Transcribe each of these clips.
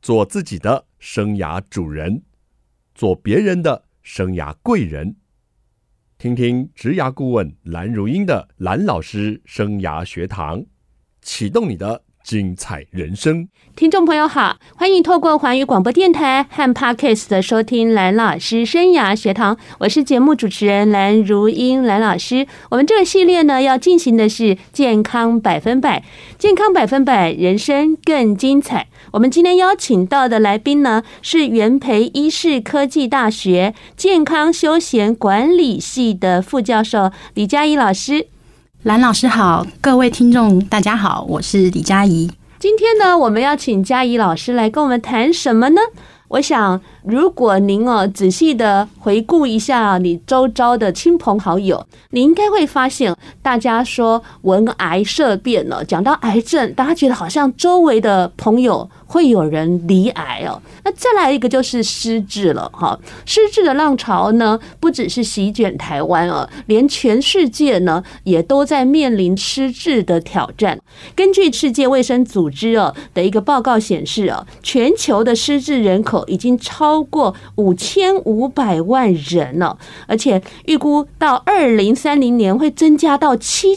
做自己的生涯主人，做别人的生涯贵人。听听职涯顾问蓝如英的蓝老师生涯学堂，启动你的精彩人生。 听众朋友好，欢迎透过环宇广播电台和 Podcast 的收听蓝老师生涯学堂，我是节目主持人蓝如英蓝老师。我们这个系列呢，要进行的是健康100%，健康100%，人生更精彩。我们今天邀请到的来宾呢，是元培医事科技大学健康休闲管理系的副教授李佳怡老师。 蓝老师好，各位听众大家好，我是李佳怡。 今天呢，我们要请佳怡老师来跟我们谈什么呢？我想，如果您仔细的回顾一下你周遭的亲朋好友，你应该会发现，大家说闻癌色变了，讲到癌症，大家觉得好像周围的朋友会有人罹癌哦。那再来一个就是失智了哈，失智的浪潮呢，不只是席卷台湾哦，连全世界呢也都在面临失智的挑战。根据世界卫生组织的一个报告显示全球的失智人口已经超过5500万人了，而且预估到2030年会增加到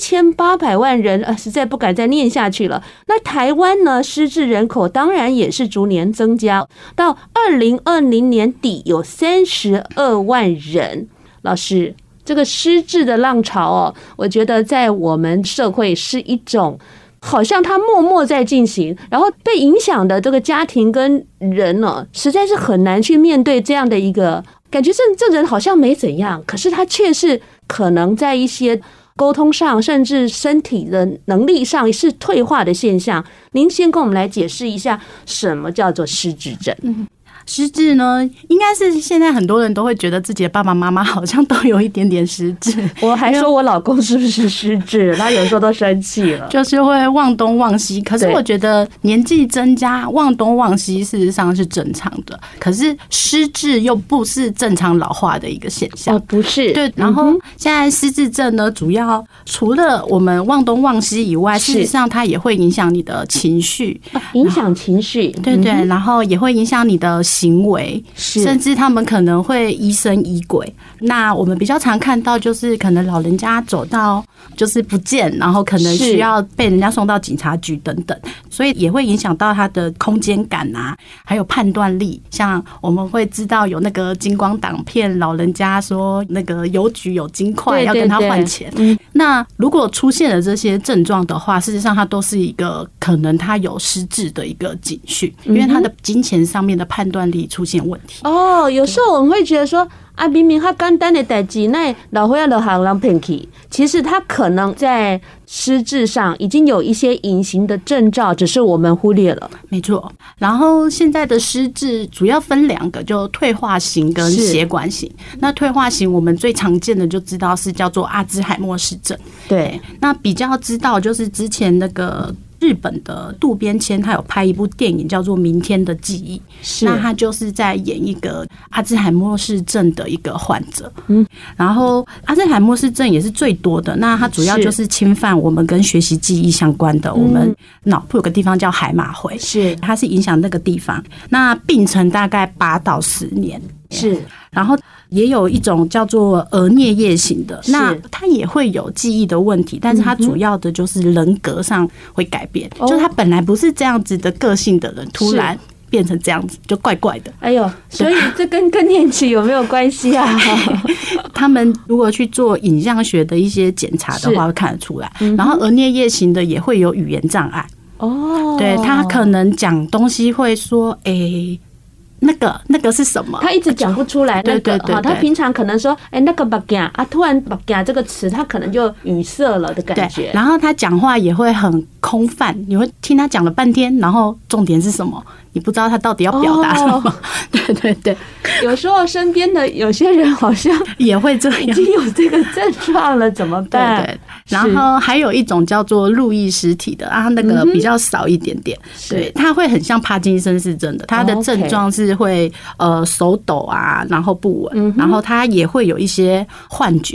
7800万人，实在不敢再念下去了。那台湾呢，失智人口当然也是逐年增加，到2020年底有32万人。老师，这个失智的浪潮我觉得在我们社会是一种好像他默默在进行，然后被影响的这个家庭跟人实在是很难去面对这样的一个感觉。这人好像没怎样，可是他却是可能在一些沟通上，甚至身体的能力上是退化的现象。您先跟我们来解释一下，什么叫做失智症？ 失智呢，应该是现在很多人都会觉得自己的爸爸妈妈好像都有一点点失智。 我还说我老公是不是失智，他有时候都生气了， 就是会忘东忘西。可是我觉得年纪增加忘东忘西事实上是正常的，可是失智又不是正常老化的一个现象。 不是。 对，然后现在失智症呢，主要除了我们忘东忘西以外，事实上它也会影响你的情绪， 影响情绪， 对对，然后也会影响你的行为，甚至他们可能会疑神疑鬼。那我们比较常看到就是可能老人家走到就是不见，然后可能需要被人家送到警察局等等，所以也会影响到他的空间感啊，还有判断力。像我们会知道有那个金光党骗老人家说那个邮局有金块要跟他换钱，那如果出现了这些症状的话，事实上它都是一个可能他有失智的一个警讯，因为他的金钱上面的判断力出现问题。 有时候我们会觉得说明明他简单的代志，那老伙仔就行人骗去，其实他可能在失智上已经有一些隐形的征兆，只是我们忽略了。 没错。然后现在的失智主要分2个，就退化型跟血管型。那退化型我们最常见的就知道是叫做阿兹海默氏症。 对， 那比较知道就是之前那个日本的渡边谦他有拍一部电影叫做《明天的记忆》，那他就是在演一个阿兹海默氏症的一个患者。然后阿兹海默氏症也是最多的，那它主要就是侵犯我们跟学习记忆相关的，我们脑部有个地方叫海马回，它是影响那个地方。那病程大概8到10年。然后也有一种叫做额颞叶型的，那它也会有记忆的问题，但是它主要的就是人格上会改变，就是他本来不是这样子的个性的人，突然变成这样子，就怪怪的。 所以这跟更年期有没有关系啊？ 他们如果去做影像学的一些检查的话，会看得出来。然后额颞叶型的也会有语言障碍。对，他可能讲东西会说那个是什么？ 他一直讲不出来。 对， 他平常可能说那个目镜突然目镜这个词，他可能就语塞了的感觉。 然后他讲话也会很空泛，你会听他讲了半天，然后重点是什么？你不知道他到底要表达什么。对， 有时候身边的有些人好像也会这样， 已经有这个症状了，怎么办？ 对。然后还有一种叫做路易斯体的那个比较少一点点。对，它会很像帕金森氏症的，它的症状是会手抖啊，然后不稳，然后它也会有一些幻觉。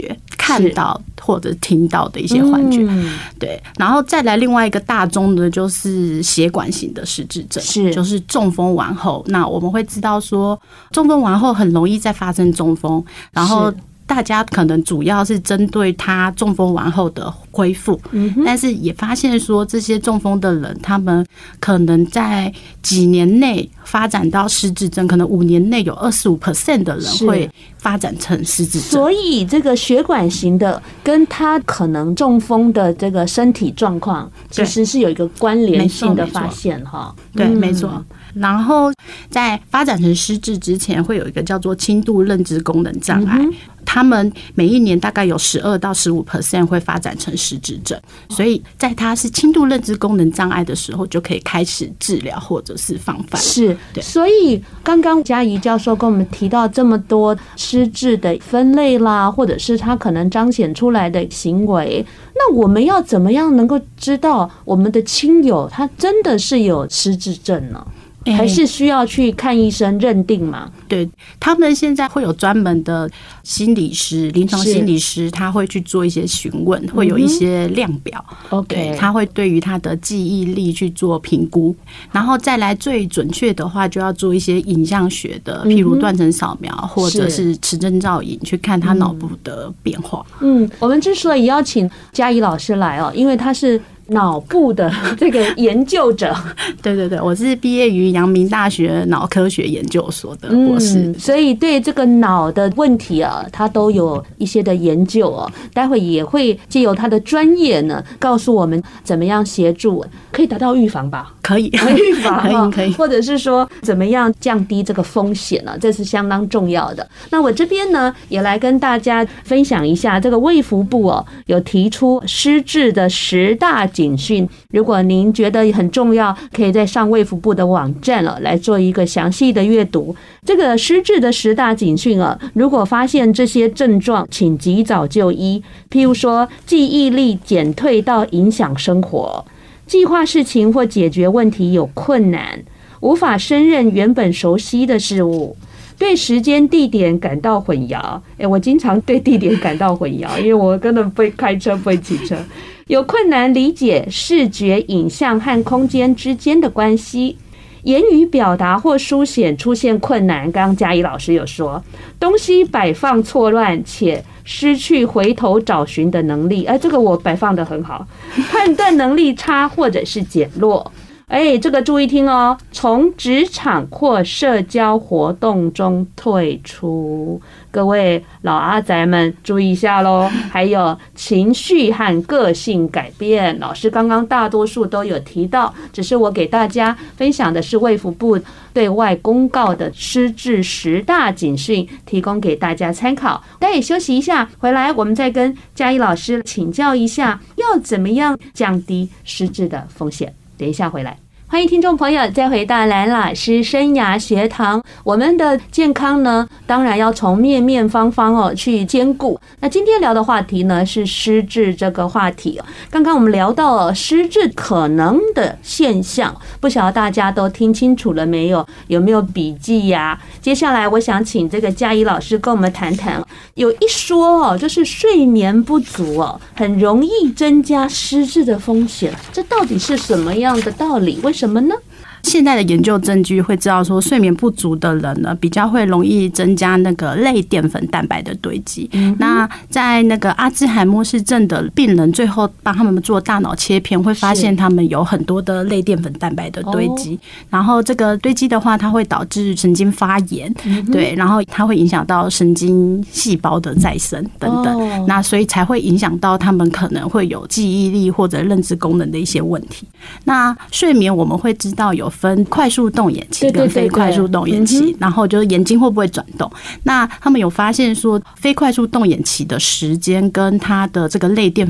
看到或者听到的一些幻觉。对，然后再来另外一个大宗的就是血管型的失智症，就是中风完后，那我们会知道说中风完后很容易再发生中风，然后大家可能主要是针对他中风完后的恢复，但是也发现说这些中风的人，他们可能在几年内发展到失智症，可能5年内有25% 的人会发展成失智症。 所以这个血管型的跟他可能中风的这个身体状况，其实是有一个关联性的发现哈。 对，没错。然后在发展成失智之前，会有一个叫做轻度认知功能障碍。他们每一年大概有12到15% 会发展成失智症，所以在他是轻度认知功能障碍的时候，就可以开始治疗或者是防范。 是，所以刚刚嘉怡教授跟我们提到这么多失智的分类啦，或者是他可能彰显出来的行为，那我们要怎么样能够知道我们的亲友他真的是有失智症呢？还是需要去看医生认定嘛？ 对，他们现在会有专门的心理师、临床心理师，他会去做一些询问，会有一些量表。 OK， 他会对于他的记忆力去做评估，然后再来最准确的话，就要做一些影像学的，譬如断层扫描或者是磁振造影，去看他脑部的变化。 我们之所以邀请嘉怡老师来因为他是脑部的这个研究者。 对对对，我是毕业于阳明大学脑科学研究所的博士， 所以对这个脑的问题他都有一些的研究待会也会借由他的专业呢，告诉我们怎么样协助，可以达到预防吧？ 可以， 预防可以， 或者是说怎么样降低这个风险呢？这是相当重要的。那我这边呢，也来跟大家分享一下，这个卫福部有提出失智的10大警讯，如果您觉得很重要，可以在上卫福部的网站来做一个详细的阅读。这个失智的10大警讯如果发现这些症状，请及早就医。譬如说，记忆力减退到影响生活，计划事情或解决问题有困难，无法胜任原本熟悉的事物，对时间地点感到混淆。我经常对地点感到混淆，因为我根本不会开车，不会骑车。有困难理解视觉、影像和空间之间的关系，言语表达或书写出现困难。刚刚嘉怡老师有说，东西摆放错乱且失去回头找寻的能力，这个我摆放得很好。判断能力差或者是减弱。这个注意听从职场或社交活动中退出。各位老阿宅们注意一下咯。还有情绪和个性改变，老师刚刚大多数都有提到，只是我给大家分享的是卫福部对外公告的失智10大警讯，提供给大家参考。大家也休息一下，回来我们再跟嘉怡老师请教一下，要怎么样降低失智的风险。等一下回来。欢迎听众朋友再回到蓝老师生涯学堂。我们的健康呢，当然要从面面方方去兼顾。那今天聊的话题呢是失智这个话题。刚刚我们聊到失智可能的现象，不晓得大家都听清楚了没有？有没有笔记呀？接下来我想请这个嘉怡老师跟我们谈谈，有一说就是睡眠不足很容易增加失智的风险，这到底是什么样的道理？为什么呢？ 现在的研究证据会知道说，睡眠不足的人呢，比较会容易增加那个类淀粉蛋白的堆积。那在那个阿兹海默氏症的病人，最后帮他们做大脑切片，会发现他们有很多的类淀粉蛋白的堆积。然后这个堆积的话，它会导致神经发炎，对，然后它会影响到神经细胞的再生等等。那所以才会影响到他们可能会有记忆力或者认知功能的一些问题。那睡眠我们会知道有分快速动眼期跟非快速动眼期，然后就是眼睛会不会转动。那他们有发现说，非快速动眼期的时间跟它的这个类淀粉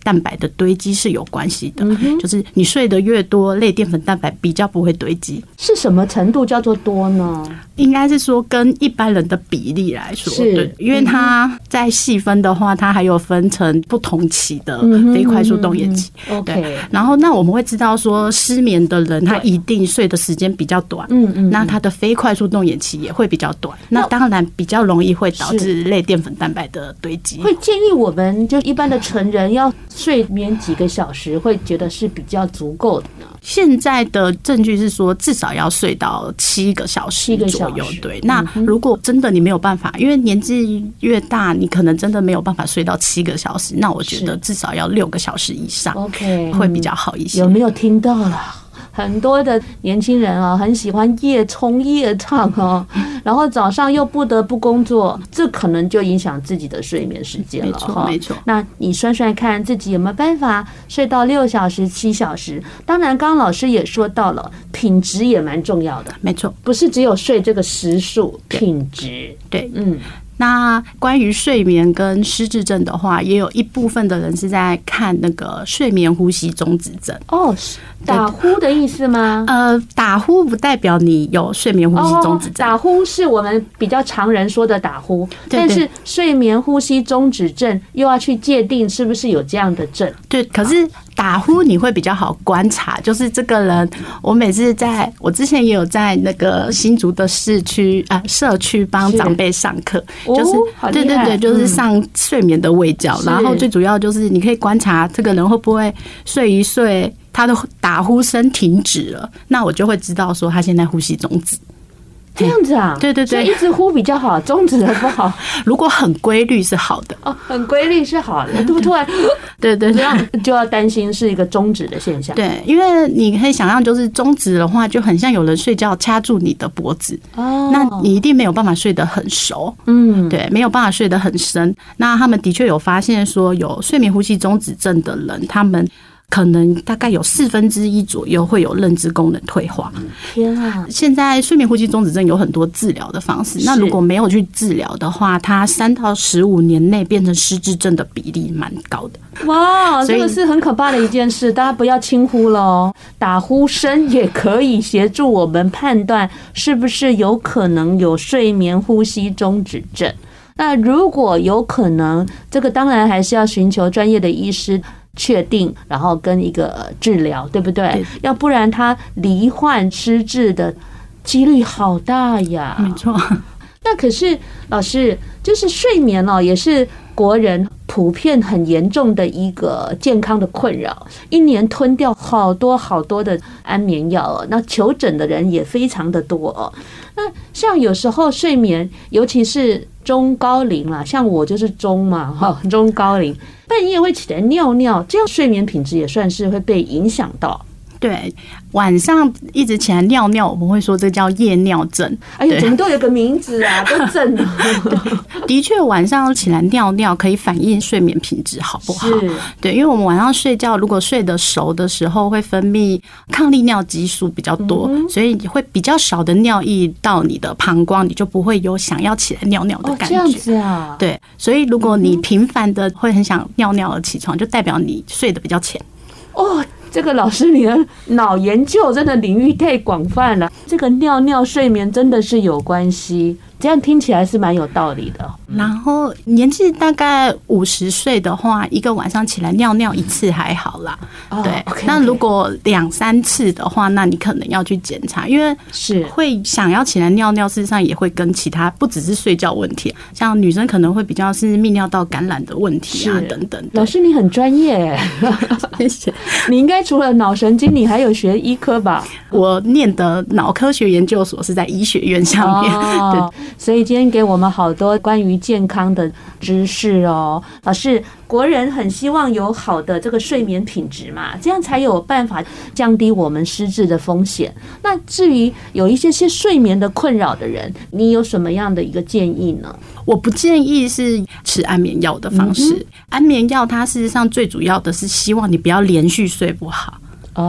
蛋白的堆积是有关系的，就是你睡得越多，类淀粉蛋白比较不会堆积。 是什么程度叫做多呢？ 应该是说跟一般人的比例来说，对，因为它在细分的话，它还有分成不同期的非快速动眼期。对，然后那我们会知道说，失眠的人他一定睡的时间比较短，那他的非快速动眼期也会比较短，那当然比较容易会导致类淀粉蛋白的堆积。 会建议我们就一般的成人要睡眠几个小时，会觉得是比较足够的呢？ 现在的证据是说，至少要睡到7个小时左右。对，那如果真的你没有办法，因为年纪越大，你可能真的没有办法睡到7个小时，那我觉得至少要6个小时以上，OK， 会比较好一些。 有没有听到了？很多的年轻人啊，很喜欢夜冲夜唱哦，然后早上又不得不工作，这可能就影响自己的睡眠时间了哈。 没错。 那你算算看自己有没有办法睡到6小时、7小时？当然，刚刚老师也说到了，品质也蛮重要的。 没错， 不是只有睡这个时数，品质。 对，那关于睡眠跟失智症的话，也有一部分的人是在看那个睡眠呼吸中止症。 哦，打呼的意思吗？ 打呼不代表你有睡眠呼吸中止症。 打呼是我们比较常人说的打呼，但是睡眠呼吸中止症又要去界定是不是有这样的症。 对，可是打呼你会比较好观察，就是这个人，我每次我之前也有在那个新竹的社区帮长辈上课。就是对，就是上睡眠的卫教，然后最主要就是你可以观察这个人会不会睡一睡，他的打呼声停止了，那我就会知道说他现在呼吸中止。 这样子啊？ 对， 所以一直呼比较好，中止的不好。 如果很规律是好的哦，很规律是好的，突然对，这样就要担心是一个中止的现象。 对，因为你可以想象，就是中止的话，就很像有人睡觉掐住你的脖子，那你一定没有办法睡得很熟，对，没有办法睡得很深。那他们的确有发现说，有睡眠呼吸中止症的人，他们可能大概有1/4左右会有认知功能退化。 天啊！ 现在睡眠呼吸中止症有很多治疗的方式，那如果没有去治疗的话，它3到15年内变成失智症的比例蛮高的。 哇，这个是很可怕的一件事，大家不要轻忽了哦。打呼声也可以协助我们判断是不是有可能有睡眠呼吸中止症。那如果有可能，这个当然还是要寻求专业的医师确定，然后跟一个治疗，对不对？要不然他罹患失智的几率好大呀。 没错。 那可是老师，就是睡眠哦，也是国人普遍很严重的一个健康的困扰，一年吞掉好多好多的安眠药哦，那求诊的人也非常的多哦。那像有时候睡眠，尤其是中高龄啦，像我就是中嘛哈，中高龄半夜会起来尿尿，这样睡眠品质也算是会被影响到。 对，晚上一直起来尿尿，我们会说这叫夜尿症。 哎呦，怎么都有个名字啊，都症了。 的确，晚上起来尿尿可以反映睡眠品质好不好？对，因为我们晚上睡觉，如果睡得熟的时候，会分泌抗利尿激素比较多，所以会比较少的尿液到你的膀胱，你就不会有想要起来尿尿的感觉。 这样子啊？ 对，所以如果你频繁的会很想尿尿而起床，就代表你睡得比较浅。 哦。这个老师，你的脑研究真的领域太广泛了。这个尿尿睡眠真的是有关系，这样听起来是蛮有道理的。 然后年纪大概50岁的话，一个晚上起来尿尿1次还好啦。对，那如果2-3次的话，那你可能要去检查，因为是会想要起来尿尿，事实上也会跟其他不只是睡觉问题，像女生可能会比较是泌尿道感染的问题啊等等。 老师你很专业，谢谢。你应该除了脑神经，你还有学医科吧？ 我念的脑科学研究所是在医学院上面。对， 所以今天给我们好多关于健康的知识哦。老师，国人很希望有好的这个睡眠品质嘛，这样才有办法降低我们失智的风险。那至于有一些睡眠的困扰的人，你有什么样的一个建议呢？ 我不建议是吃安眠药的方式。安眠药它事实上最主要的是希望你不要连续睡不好。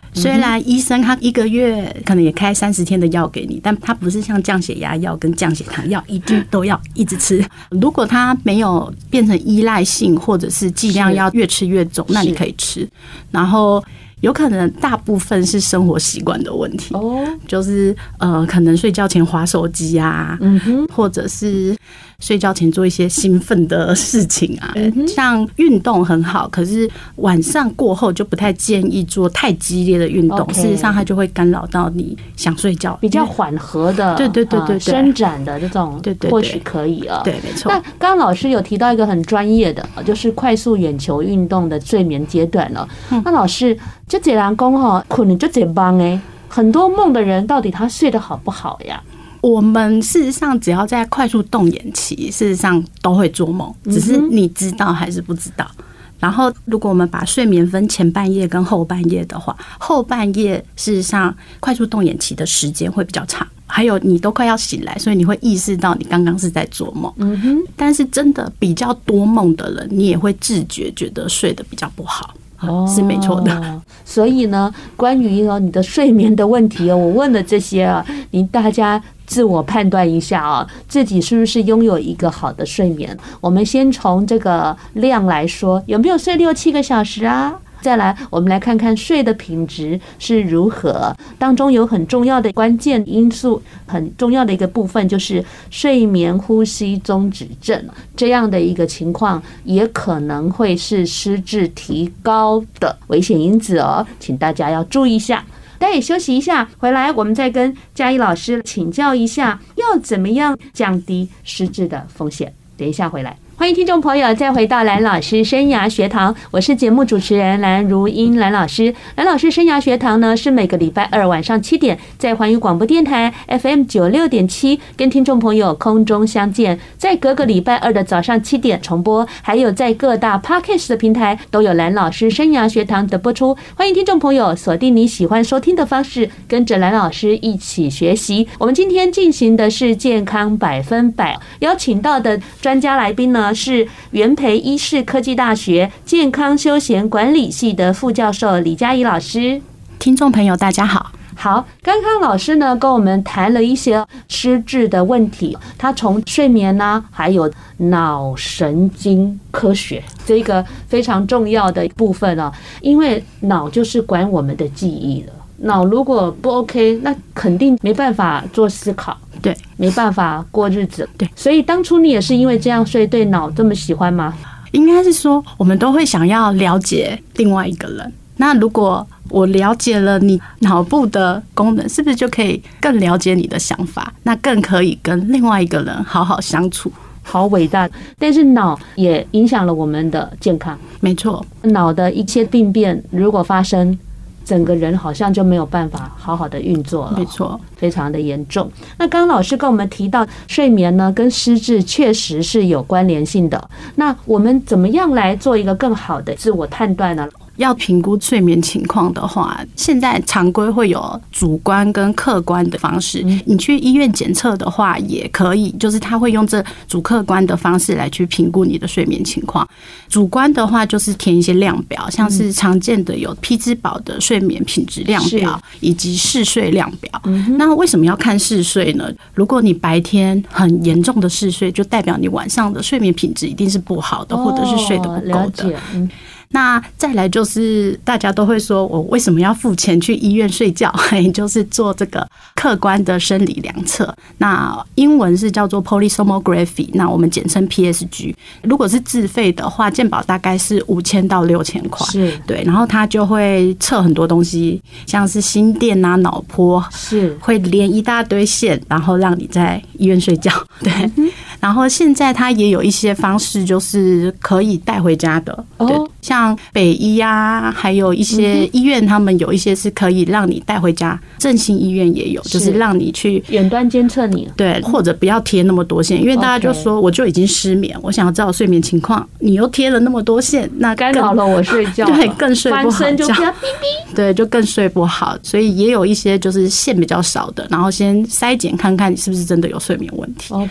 虽然医生他1个月可能也开30天的药给你，但他不是像降血压药跟降血糖药一定都要一直吃。如果他没有变成依赖性，或者是剂量要越吃越重，那你可以吃。然后有可能大部分是生活习惯的问题，就是可能睡觉前滑手机啊，或者是睡觉前做一些兴奋的事情啊，像运动很好，可是晚上过后就不太建议做太激烈的运动，事实上它就会干扰到你想睡觉， 比较缓和的，对，伸展的这种，或许可以啊。 对，没错。 那刚刚老师有提到一个很专业的，就是快速眼球运动的睡眠阶段了。那老师，就这人讲哈，可能就这帮很多梦的人，到底他睡得好不好呀？ 我们事实上只要在快速动眼期，事实上都会做梦，只是你知道还是不知道。然后，如果我们把睡眠分前半夜跟后半夜的话，后半夜事实上快速动眼期的时间会比较长，还有你都快要醒来，所以你会意识到你刚刚是在做梦。但是真的比较多梦的人，你也会自觉觉得睡得比较不好。是没错的。 所以呢，关于你的睡眠的问题我问的这些您大家自我判断一下自己是不是拥有一个好的睡眠。我们先从这个量来说，有没有睡6-7个小时啊？再来，我们来看看睡的品质是如何，当中有很重要的关键因素，很重要的一个部分就是睡眠呼吸中止症，这样的一个情况也可能会是失智提高的危险因子请大家要注意一下。待会休息一下，回来我们再跟嘉义老师请教一下，要怎么样降低失智的风险。等一下回来。欢迎听众朋友再回到蓝老师生涯学堂，我是节目主持人蓝如英蓝老师。蓝老师生涯学堂呢，是每个礼拜2晚上7点在环宇广播电台 FM 96.7跟听众朋友空中相见，在各个礼拜2的早上7点重播，还有在各大 Podcast 的平台都有蓝老师生涯学堂的播出。欢迎听众朋友锁定你喜欢收听的方式，跟着蓝老师一起学习。我们今天进行的是健康100%，邀请到的专家来宾呢是元培医事科技大学健康休闲管理系的副教授李嘉怡老师。 听众朋友大家好。 好，刚刚老师呢跟我们谈了一些失智的问题，他从睡眠还有脑神经科学这个非常重要的部分因为脑就是管我们的记忆的，脑如果不 OK， 那肯定没办法做思考， 对， 没办法过日子， 对。 所以当初你也是因为这样，所以对脑这么喜欢吗？ 应该是说，我们都会想要了解另外一个人。那如果我了解了你脑部的功能，是不是就可以更了解你的想法？那更可以跟另外一个人好好相处。 好伟大！但是脑也影响了我们的健康。 没错， 脑的一切病变如果发生，整个人好像就没有办法好好的运作了。 没错， 非常的严重。那刚刚老师跟我们提到，睡眠呢跟失智确实是有关联性的。那我们怎么样来做一个更好的自我判断呢？ 要评估睡眠情况的话，现在常规会有主观跟客观的方式。你去医院检测的话也可以，就是他会用这主客观的方式来去评估你的睡眠情况。主观的话就是填一些量表，像是常见的有匹兹堡的睡眠品质量表以及嗜睡量表。那为什么要看嗜睡呢？如果你白天很严重的嗜睡，就代表你晚上的睡眠品质一定是不好的，或者是睡得不够的。那再来就是大家都会说，我为什么要付钱去医院睡觉？就是做这个客观的生理量测。那英文是叫做 polysomnography， 那我们简称 PSG。如果是自费的话，健保大概是5000到6000块。 是，对。 然后它就会测很多东西，像是心电脑波，是会连一大堆线，然后让你在医院睡觉。对。然后现在它也有一些方式，就是可以带回家的。对，像北医还有一些医院，他们有一些是可以让你带回家。振兴医院也有，就是让你去远端监测你。 对，或者不要贴那么多线，因为大家就说我就已经失眠，我想要知道睡眠情况，你又贴了那么多线，那干扰了我睡觉， 对，更睡不好觉， 就对，就更睡不好。所以也有一些就是线比较少的，然后先筛检看看你是不是真的有睡眠问题。 OK。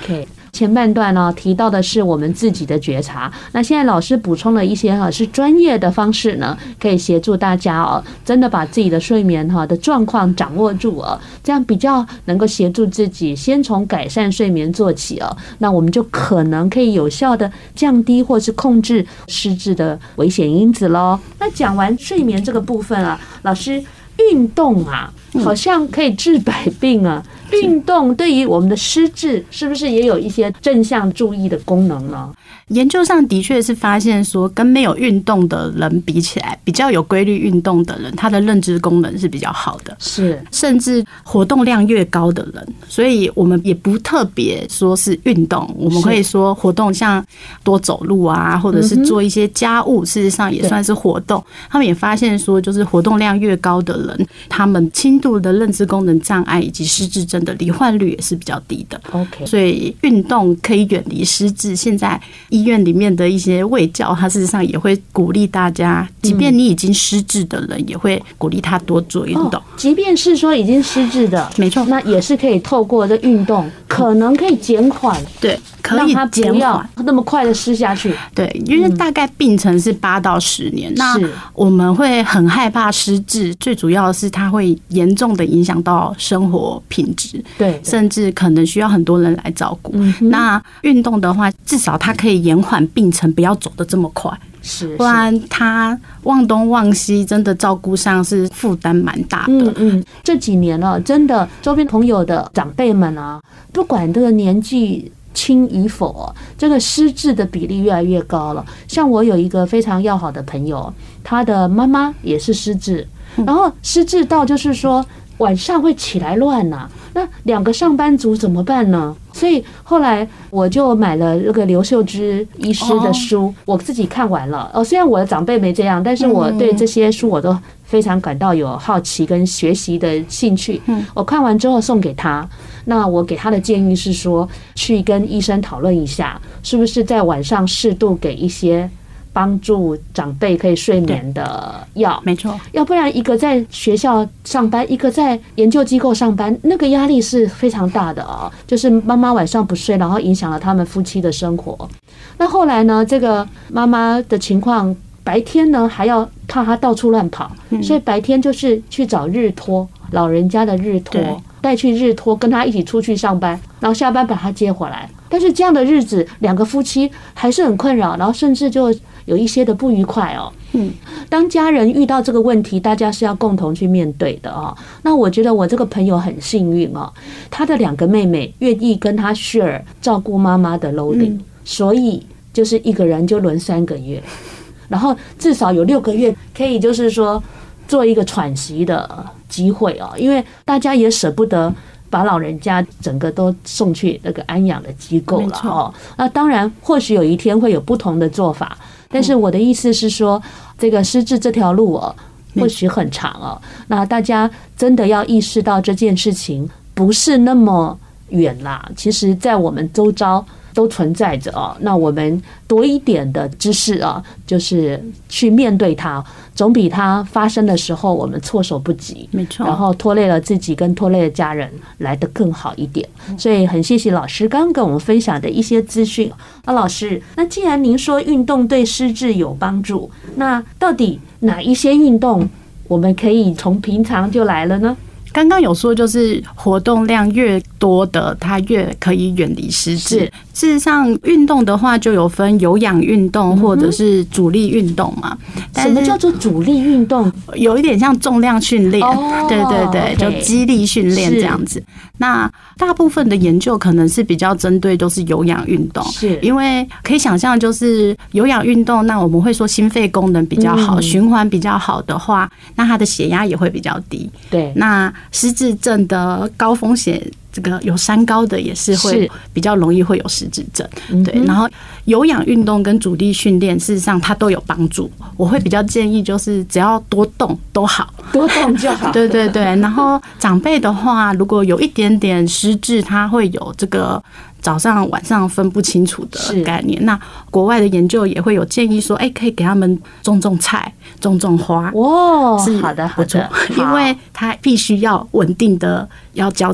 前半段呢提到的是我们自己的觉察，那现在老师补充了一些是专业的方式呢，可以协助大家真的把自己的睡眠的状况掌握住这样比较能够协助自己先从改善睡眠做起那我们就可能可以有效的降低或是控制失智的危险因子咯。那讲完睡眠这个部分老师，运动好像可以治百病运动对于我们的失智是不是也有一些正向注意的功能呢？ 研究上的确是发现说，跟没有运动的人比起来，比较有规律运动的人，他的认知功能是比较好的， 是甚至活动量越高的人，所以我们也不特别说是运动，我们可以说活动，像多走路或者是做一些家务，事实上也算是活动。他们也发现说，就是活动量越高的人，他们轻度的认知功能障碍以及失智症的罹患率也是比较低的。 OK， 所以运动可以远离失智。现在医院里面的一些卫教，它事实上也会鼓励大家，即便你已经失智的人，也会鼓励他多做运动。 即便是说已经失智的， 没错， 那也是可以透过这运动，可能可以减缓， 对，可以减缓那么快的失下去。 对，因为大概病程是8到10年，那我们会很害怕失智，最主要的是它会严重的影响到生活品质， 对， 甚至可能需要很多人来照顾。那运动的话，至少它可以延缓病程，不要走得这么快。 是， 不然他忘东忘西，真的照顾上是负担蛮大的。 这几年真的周边朋友的长辈们不管这个年纪轻与否这个失智的比例越来越高了。像我有一个非常要好的朋友，他的妈妈也是失智，然后失智到就是说晚上会起来乱那2个上班族怎么办呢？所以后来我就买了这个刘秀芝医师的书，我自己看完了。虽然我的长辈没这样，但是我对这些书我都非常感到有好奇跟学习的兴趣。我看完之后送给他，那我给他的建议是说，去跟医生讨论一下，是不是在晚上适度给一些帮助长辈可以睡眠的药， 没错， 要不然一个在学校上班，一个在研究机构上班，那个压力是非常大的就是妈妈晚上不睡，然后影响了他们夫妻的生活。那后来呢，这个妈妈的情况，白天呢还要怕她到处乱跑，所以白天就是去找日托，老人家的日托，带去日托，跟他一起出去上班，然后下班把他接回来。但是这样的日子，2个夫妻还是很困扰，然后甚至就有一些的不愉快当家人遇到这个问题，大家是要共同去面对的那我觉得我这个朋友很幸运他的2个妹妹愿意跟他 share 照顾妈妈的 loading，所以就是一个人就轮3个月，然后至少有6个月可以就是说做一个喘息的机会因为大家也舍不得把老人家整个都送去那个安养的机构了那当然或许有一天会有不同的做法，但是我的意思是说，这个失智这条路或许很长那大家真的要意识到这件事情不是那么远啦，其实在我们周遭都存在着那我们多一点的知识就是去面对它，总比它发生的时候我们措手不及， 没错， 然后拖累了自己跟拖累了家人来得更好一点。所以很谢谢老师刚刚跟我们分享的一些资讯。老师，那既然您说运动对失智有帮助，那到底哪一些运动我们可以从平常就来了呢？ 刚刚有说，就是活动量越多的，它越可以远离失智。事实上，运动的话就有分有氧运动或者是阻力运动嘛。 什么叫做阻力运动？ 有一点像重量训练，对对对，就肌力训练这样子。那大部分的研究可能是比较针对都是有氧运动， 是因为可以想象，就是有氧运动，那我们会说心肺功能比较好，循环比较好的话，那它的血压也会比较低。 对， 那失智症的高风险，这个有三高的也是会比较容易会有失智症。对，然后有氧运动跟阻力训练，事实上它都有帮助。我会比较建议就是只要多动都好， 多动就好。 对对对，然后长辈的话，如果有一点点失智，他会有这个早上晚上分不清楚的概念。那国外的研究也会有建议说，可以给他们种菜、种花。 哇，是好的好的， 因为他必须要稳定的要浇菜。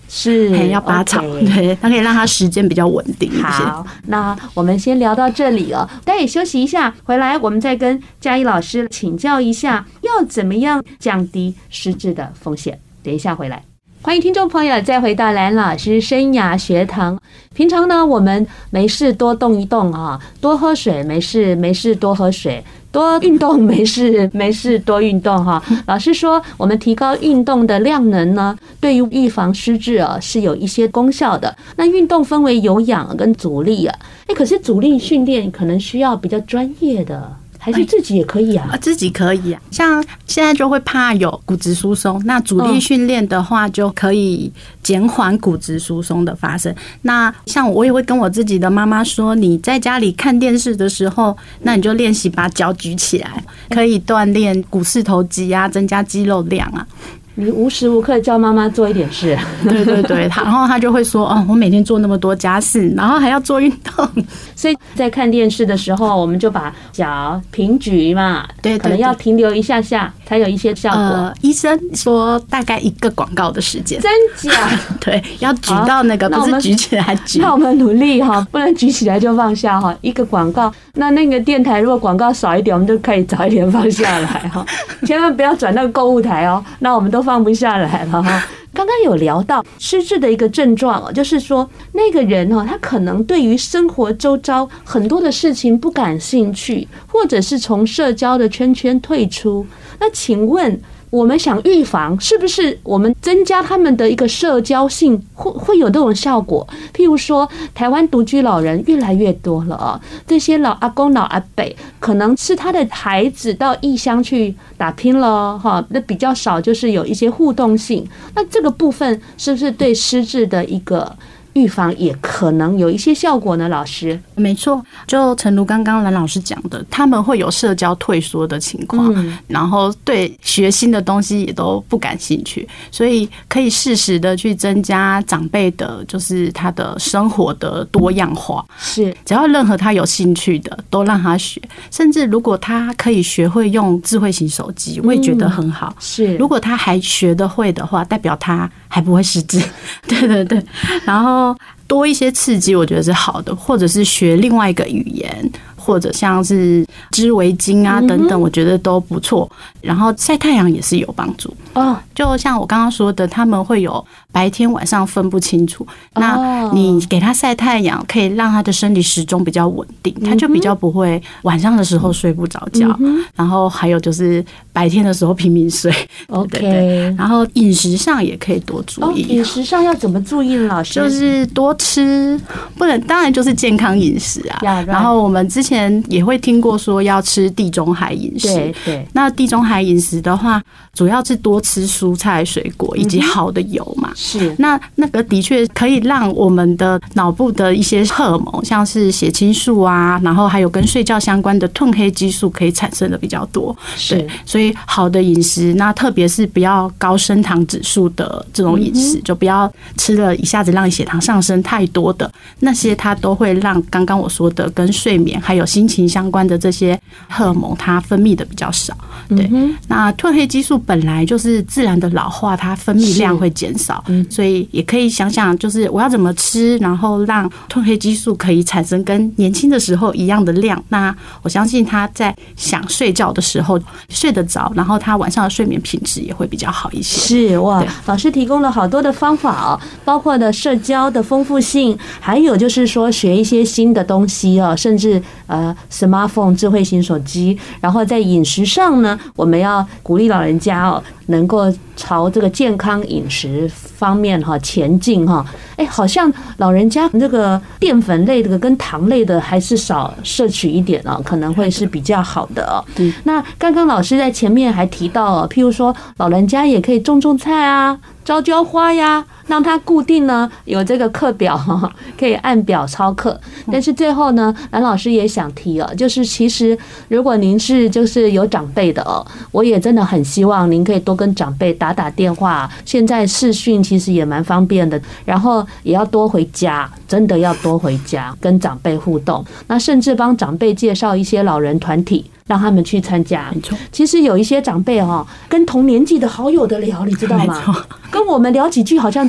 是要拔草，对，它可以让它时间比较稳定一些。 好，那我们先聊到这里哦，待会休息一下，回来我们再跟嘉义老师请教一下，要怎么样降低失智的风险。等一下回来。欢迎听众朋友再回到蓝老师生涯学堂。平常呢，我们没事多动一动啊，多喝水，没事多喝水，多运动，没事多运动哈。老师说，我们提高运动的量能呢，对于预防失智是有一些功效的。那运动分为有氧跟阻力可是阻力训练可能需要比较专业的。还是自己也可以啊？ 自己可以啊。像现在就会怕有骨质疏松，那阻力训练的话就可以减缓骨质疏松的发生。那像我也会跟我自己的妈妈说，你在家里看电视的时候，那你就练习把脚举起来，可以锻炼股四头肌啊，增加肌肉量啊。 你无时无刻叫妈妈做一点事， 对对对，然后她就会说：“我每天做那么多家事，然后还要做运动。” 所以在看电视的时候，我们就把脚平举嘛，对，可能要停留一下下，才有一些效果。 医生说大概1个广告的时间， 真假？ 对，要举到那个，不是举起来举。 那我们努力不能举起来就放下1个广告。那个电台如果广告少一点，我们就可以早一点放下来千万不要转那个购物台那我们都放不下来了刚刚有聊到失智的一个症状就是说那个人他可能对于生活周遭很多的事情不感兴趣，或者是从社交的圈圈退出。那请问我们想预防，是不是我们增加他们的一个社交性会有这种效果？譬如说，台湾独居老人越来越多了这些老阿公、老阿伯，可能是他的孩子到异乡去打拼了那比较少，就是有一些互动性。那这个部分是不是对失智的一个预防也可能有一些效果呢？老师， 没错，就诚如刚刚蓝老师讲的，他们会有社交退缩的情况，然后对学新的东西也都不感兴趣，所以可以适时的去增加长辈的，就是他的生活的多样化。 是， 只要任何他有兴趣的，都让他学。甚至如果他可以学会用智慧型手机，我也觉得很好。 是， 如果他还学得会的话，代表他还不会失智。对对对，然后多一些刺激，我觉得是好的，或者是学另外一个语言，或者像是织围巾啊等等，我觉得都不错。然后晒太阳也是有帮助就像我刚刚说的，他们会有白天晚上分不清楚，那你给他晒太阳，可以让他的生理时钟比较稳定，他就比较不会晚上的时候睡不着觉。然后还有就是白天的时候拼命睡。 OK， 对，然后饮食上也可以多注意。 饮食上要怎么注意呢？老师， 就是多吃，不能当然就是健康饮食啊。然后我们之前也会听过说要吃地中海饮食， 对， 那地中海饮食的话，主要是多吃蔬菜、水果以及好的油嘛。 是， 那个的确可以让我们的脑部的一些荷尔蒙，像是血清素啊，然后还有跟睡觉相关的褪黑激素，可以产生的比较多。对，所以好的饮食，那特别是不要高升糖指数的这种饮食，就不要吃了一下子让你血糖上升太多的那些，它都会让刚刚我说的跟睡眠还有心情相关的这些荷尔蒙它分泌的比较少。对，那褪黑激素本来就是自然的老化，它分泌量会减少，所以也可以想想，就是我要怎么吃，然后让褪黑激素可以产生跟年轻的时候一样的量。那我相信他在想睡觉的时候睡得着，然后他晚上的睡眠品质也会比较好一些。 是哇，老师提供了好多的方法包括的社交的丰富性，还有就是说学一些新的东西甚至smartphone 智慧型手机。然后在饮食上呢，我们要鼓励老人家能够朝这个健康饮食方面前进好像老人家这个淀粉类的跟糖类的还是少摄取一点可能会是比较好的那刚刚老师在前面还提到譬如说老人家也可以种菜啊，浇花呀，让它固定呢有这个课表可以按表操课。但是最后呢，蓝老师也想提就是其实如果您是就是有长辈的我也真的很希望您可以多跟长辈打电话，现在视讯其实也蛮方便的，然后也要多回家，真的要多回家跟长辈互动，那甚至帮长辈介绍一些老人团体，让他们去参加。其实有一些长辈跟同年纪的好友的聊，你知道吗？跟我们聊几句好像就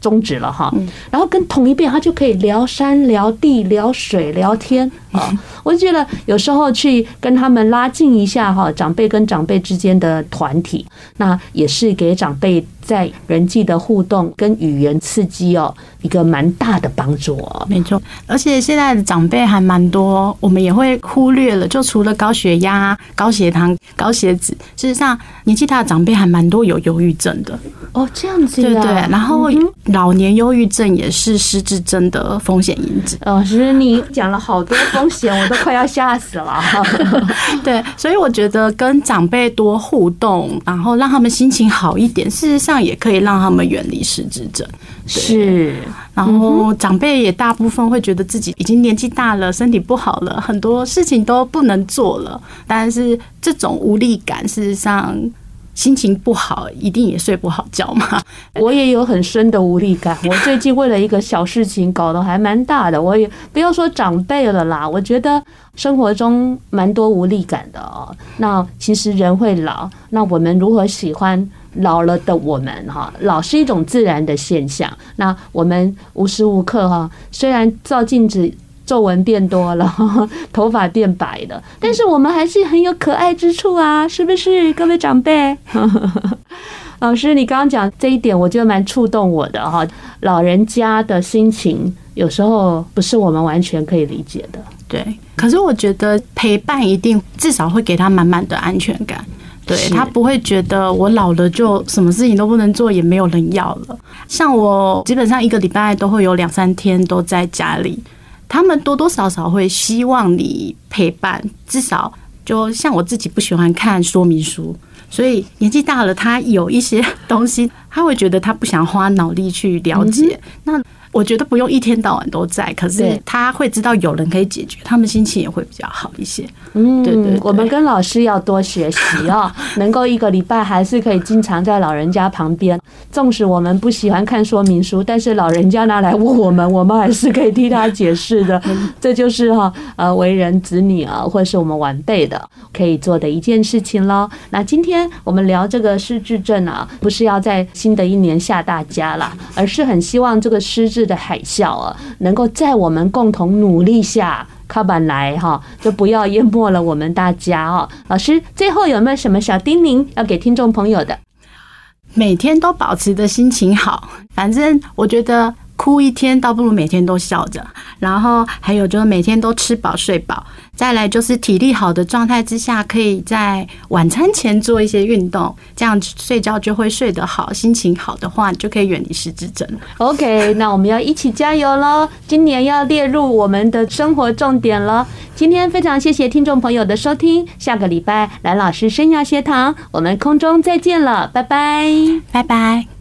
终止了哈。然后跟同一辈他就可以聊山聊地聊水聊天啊。我觉得有时候去跟他们拉近一下哈，长辈跟长辈之间的团体，那也是给长辈在人际的互动跟语言刺激一个蛮大的帮助没错，而且现在的长辈还蛮多，我们也会忽略了，就除了高血压、高血糖、高血脂，事实上年纪大的长辈还蛮多有忧郁症的。 这样子对，然后老年忧郁症也是失智症的风险因子。 老师，你讲了好多风险，我都快要吓死了。 对，所以我觉得跟长辈多互动，然后让他们心情好一点，事实上也可以让他们远离失智症。 是， 然后长辈也大部分会觉得自己已经年纪大了，身体不好了，很多事情都不能做了。但是这种无力感，事实上心情不好，一定也睡不好觉嘛。 我也有很深的无力感，我最近为了一个小事情搞得还蛮大的。我也不要说长辈了啦，我觉得生活中蛮多无力感的那其实人会老，那我们如何喜欢老了的我们老是一种自然的现象。那我们无时无刻虽然照镜子皱纹变多了，头发变白了，但是我们还是很有可爱之处啊，是不是各位长辈？老师，你刚刚讲这一点，我觉得蛮触动我的老人家的心情有时候不是我们完全可以理解的。 对，可是我觉得陪伴一定至少会给他满满的安全感。对，他不会觉得我老了就什么事情都不能做，也没有人要了。像我基本上1个礼拜都会有2-3天都在家里，他们多多少少会希望你陪伴，至少就像我自己不喜欢看说明书，所以年纪大了，他有一些东西，他会觉得他不想花脑力去了解。那我觉得不用一天到晚都在，可是他会知道有人可以解决，他们心情也会比较好一些。对， 我们跟老师要多学习能够1个礼拜还是可以经常在老人家旁边，纵使我们不喜欢看说明书，但是老人家拿来问我们，我们还是可以替他解释的。这就是为人子女或是我们晚辈的可以做的一件事情咯。那今天我们聊这个失智症不是要在新的一年吓大家啦，而是很希望这个失智的海啸能够在我们共同努力下靠板来就不要淹没了我们大家老师，最后有没有什么小叮咛要给听众朋友的？ 每天都保持着心情好，反正我觉得哭一天倒不如每天都笑着。然后还有就是每天都吃饱睡饱，再来就是体力好的状态之下，可以在晚餐前做一些运动，这样睡觉就会睡得好，心情好的话，你就可以远离失智症。 OK， 那我们要一起加油咯，今年要列入我们的生活重点了。今天非常谢谢听众朋友的收听，下个礼拜蓝老师生涯学堂，我们空中再见了，拜拜， 拜拜。